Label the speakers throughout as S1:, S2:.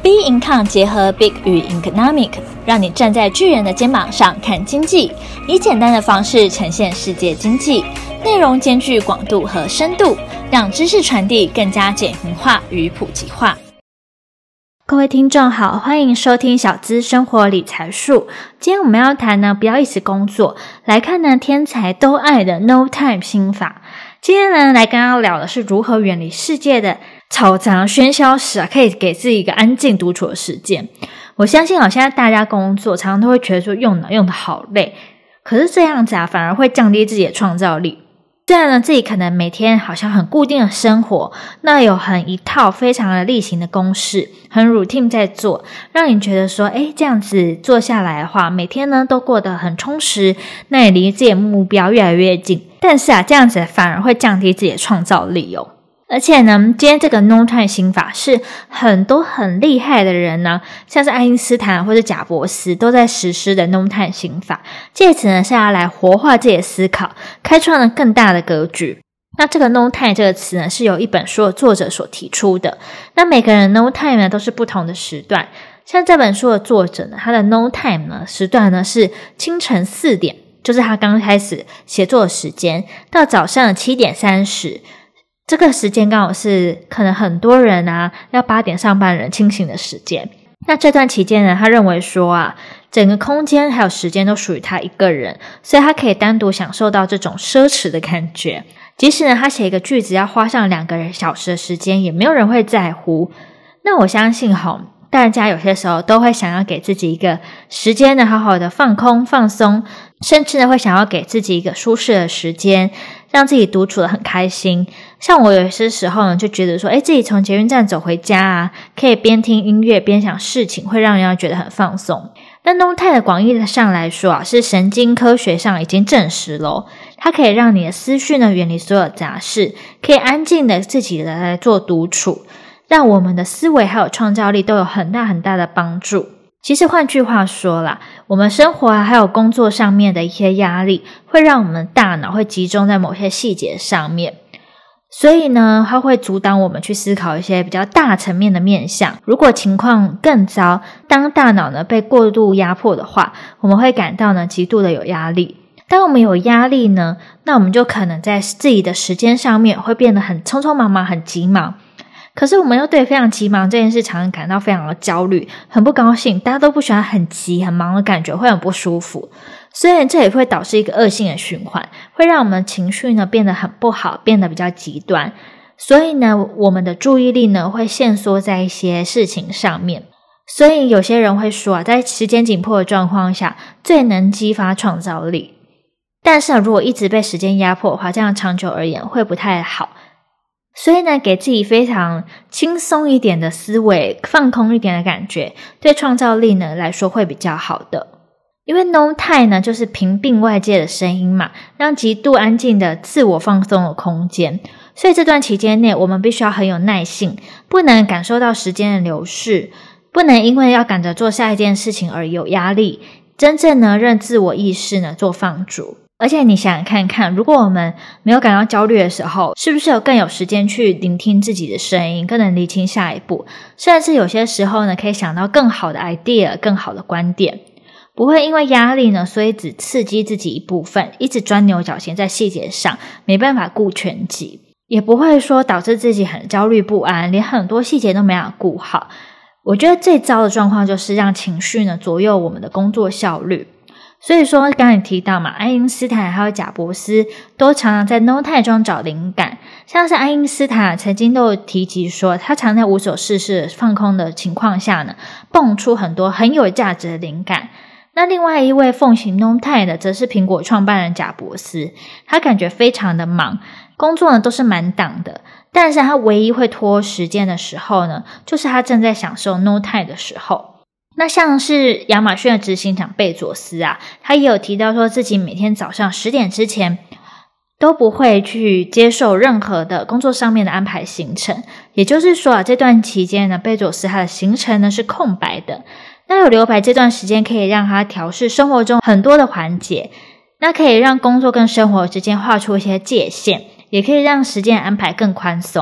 S1: B Income 结合 Big 与 Economic， 让你站在巨人的肩膀上看经济，以简单的方式呈现世界经济，内容兼具广度和深度，让知识传递更加简明化与普及化。各位听众好，欢迎收听小资生活理财术。今天我们要谈呢，不要一直工作，来看呢天才都爱的 No Time 心法。今天呢来跟大家聊的是如何远离世界的嘈杂喧嚣时可以给自己一个安静独处的时间。我相信现在大家工作常常都会觉得说用脑用得好累，可是这样子反而会降低自己的创造力。虽然呢自己可能每天好像很固定的生活，那有一套非常的例行的公式，很 routine 在做，让你觉得说这样子做下来的话，每天呢都过得很充实，那也离自己的目标越来越近。但是这样子反而会降低自己的创造力哦。而且呢，今天这个 No Time 心法是很多很厉害的人呢，像是爱因斯坦或者贾伯斯都在实施的 No Time 心法，借此呢是要来活化自己的思考，开创了更大的格局。那这个 No Time 这个词呢是由一本书的作者所提出的。那每个人 No Time 呢都是不同的时段，像这本书的作者呢，他的 No Time 呢时段呢是清晨4点，就是他刚开始写作的时间，到早上的7点30，这个时间刚好是可能很多人要8点上班人清醒的时间。那这段期间呢，他认为说整个空间还有时间都属于他一个人，所以他可以单独享受到这种奢侈的感觉。即使呢他写一个句子要花上2个小时的时间，也没有人会在乎。那我相信大家有些时候都会想要给自己一个时间呢好好的放空放松，甚至呢会想要给自己一个舒适的时间，让自己独处的很开心。像我有些时候呢就觉得说自己从捷运站走回家可以边听音乐边想事情，会让人家觉得很放松。但 No Time 的广义上来说是神经科学上已经证实了，它可以让你的思绪呢远离所有杂事，可以安静的自己的来做独处，让我们的思维还有创造力都有很大很大的帮助。其实换句话说啦，我们生活还有工作上面的一些压力，会让我们大脑会集中在某些细节上面，所以呢它会阻挡我们去思考一些比较大层面的面向。如果情况更糟，当大脑呢被过度压迫的话，我们会感到呢极度的有压力。当我们有压力呢，那我们就可能在自己的时间上面会变得很匆匆忙忙很急忙，可是我们又对非常急忙这件事常常感到非常的焦虑，很不高兴，大家都不喜欢很急很忙的感觉，会很不舒服。所以这也会导致一个恶性的循环，会让我们情绪呢变得很不好，变得比较极端。所以呢我们的注意力呢会限缩在一些事情上面。所以有些人会说在时间紧迫的状况下最能激发创造力。但是如果一直被时间压迫的话，这样长久而言会不太好。所以呢给自己非常轻松一点的思维，放空一点的感觉，对创造力呢来说会比较好的。因为 No Time 呢就是屏蔽外界的声音嘛，让极度安静的自我放松的空间。所以这段期间内我们必须要很有耐性，不能感受到时间的流逝，不能因为要赶着做下一件事情而有压力，真正呢让自我意识呢做放逐。而且你想想看，如果我们没有感到焦虑的时候，是不是更有时间去聆听自己的声音，更能厘清下一步，甚至有些时候呢可以想到更好的 idea， 更好的观点。不会因为压力呢所以只刺激自己一部分，一直钻牛角尖在细节上，没办法顾全局，也不会说导致自己很焦虑不安，连很多细节都没法顾好。我觉得最糟的状况就是让情绪呢左右我们的工作效率。所以说刚才你提到嘛，爱因斯坦还有贾伯斯都常常在 No Time 中找灵感。像是爱因斯坦曾经都有提及说，他常在无所事事放空的情况下呢，蹦出很多很有价值的灵感。那另外一位奉行 No Time 的则是苹果创办人贾伯斯，他感觉非常的忙，工作呢都是满档的，但是他唯一会拖时间的时候呢，就是他正在享受 No Time 的时候。那像是亚马逊的执行长贝佐斯他也有提到说自己每天早上10点之前都不会去接受任何的工作上面的安排行程。也就是说这段期间呢，贝佐斯他的行程呢是空白的。那有留白这段时间可以让他调试生活中很多的环节，那可以让工作跟生活之间画出一些界限，也可以让时间安排更宽松。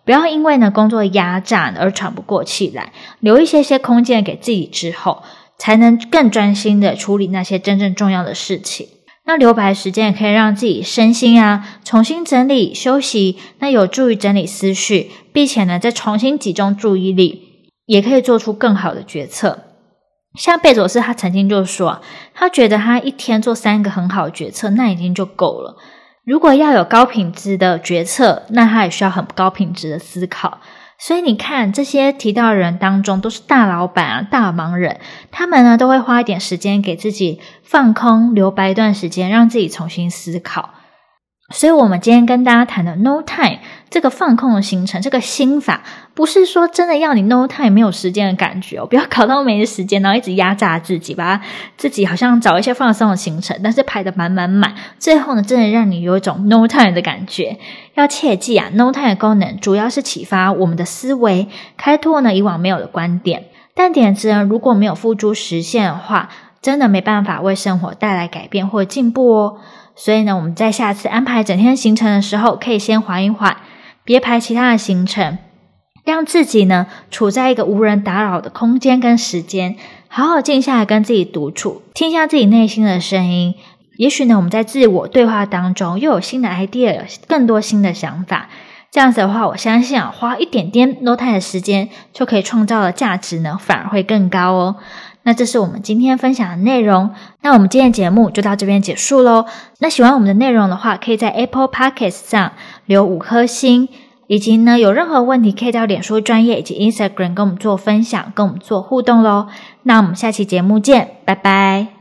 S1: 不要因为呢工作压榨而喘不过气来，留一些空间给自己之后，才能更专心的处理那些真正重要的事情。那留白时间也可以让自己身心重新整理休息，那有助于整理思绪，并且呢再重新集中注意力，也可以做出更好的决策。像贝佐斯他曾经就说，他觉得他一天做3个很好的决策，那已经就够了。如果要有高品质的决策，那他也需要很高品质的思考。所以你看，这些提到的人当中都是大老板大忙人，他们呢都会花一点时间给自己放空，留白一段时间，让自己重新思考。所以我们今天跟大家谈的 No Time 这个放空的行程，这个心法不是说真的要你 No Time 没有时间的感觉不要搞到没时间，然后一直压榨自己，把自己好像找一些放松的行程，但是排得满，最后呢真的让你有一种 No Time 的感觉。要切记No Time 的功能主要是启发我们的思维，开拓呢以往没有的观点，但点子呢如果没有付诸实现的话，真的没办法为生活带来改变或进步哦。所以呢，我们在下次安排整天行程的时候，可以先缓一缓，别排其他的行程，让自己呢处在一个无人打扰的空间跟时间，好好静下来跟自己独处，听一下自己内心的声音。也许呢，我们在自我对话当中又有新的 idea， 有更多新的想法。这样子的话，我相信花一点点 No Time 的时间，就可以创造的价值呢，反而会更高哦。那这是我们今天分享的内容，那我们今天的节目就到这边结束咯。那喜欢我们的内容的话，可以在 Apple Podcast 上留5颗星，以及呢有任何问题可以到脸书专页以及 Instagram 跟我们做分享，跟我们做互动咯。那我们下期节目见，拜拜。